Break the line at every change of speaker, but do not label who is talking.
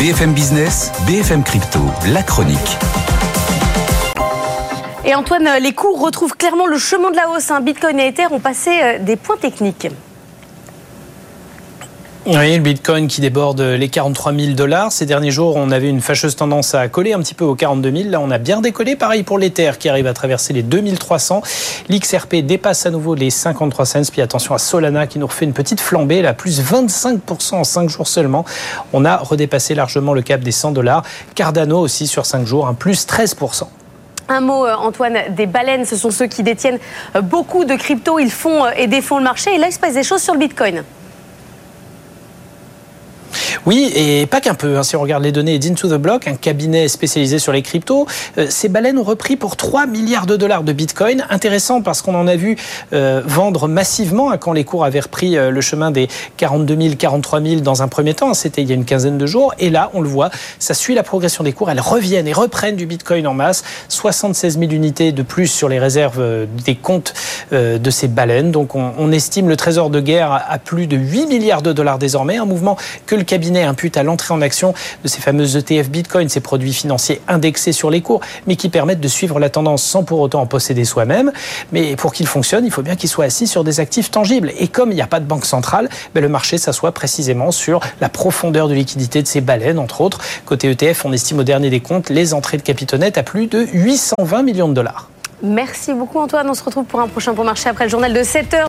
BFM Business, BFM Crypto, la chronique.
Et Antoine, les cours retrouvent clairement le chemin de la hausse. Bitcoin et Ether ont passé des points techniques.
Oui, le Bitcoin qui déborde les 43 000 $. Ces derniers jours, on avait une fâcheuse tendance à coller un petit peu aux 42 000. Là, on a bien décollé. Pareil pour l'Ether qui arrive à traverser les 2300. L'XRP dépasse à nouveau les 53 cents. Puis attention à Solana qui nous refait une petite flambée, là, plus 25% en 5 jours seulement. On a redépassé largement le cap des 100 $. Cardano aussi sur 5 jours, plus 13%.
Un mot, Antoine, des baleines, ce sont ceux qui détiennent beaucoup de crypto. Ils font et défont le marché. Et là, il se passe des choses sur le Bitcoin.
Oui, et pas qu'un peu. Si on regarde les données d'Into the Block, un cabinet spécialisé sur les cryptos, ces baleines ont repris pour 3 milliards de dollars de Bitcoin. Intéressant parce qu'on en a vu vendre massivement quand les cours avaient repris le chemin des 42 000, 43 000 dans un premier temps. C'était il y a une quinzaine de jours. Et là, on le voit, ça suit la progression des cours. Elles reviennent et reprennent du Bitcoin en masse. 76 000 unités de plus sur les réserves des comptes de ces baleines. Donc, on estime le trésor de guerre à plus de 8 milliards de dollars désormais. Un mouvement que le cabinet impute à l'entrée en action de ces fameuses ETF Bitcoin, ces produits financiers indexés sur les cours, mais qui permettent de suivre la tendance sans pour autant en posséder soi-même. Mais pour qu'il fonctionne, il faut bien qu'il soit assis sur des actifs tangibles. Et comme il n'y a pas de banque centrale, le marché s'assoit précisément sur la profondeur de liquidité de ces baleines, entre autres. Côté ETF, on estime au dernier des comptes les entrées de capitaux nets à plus de 820 millions de dollars.
Merci beaucoup, Antoine. On se retrouve pour un prochain Bon Marché après le journal de 7h.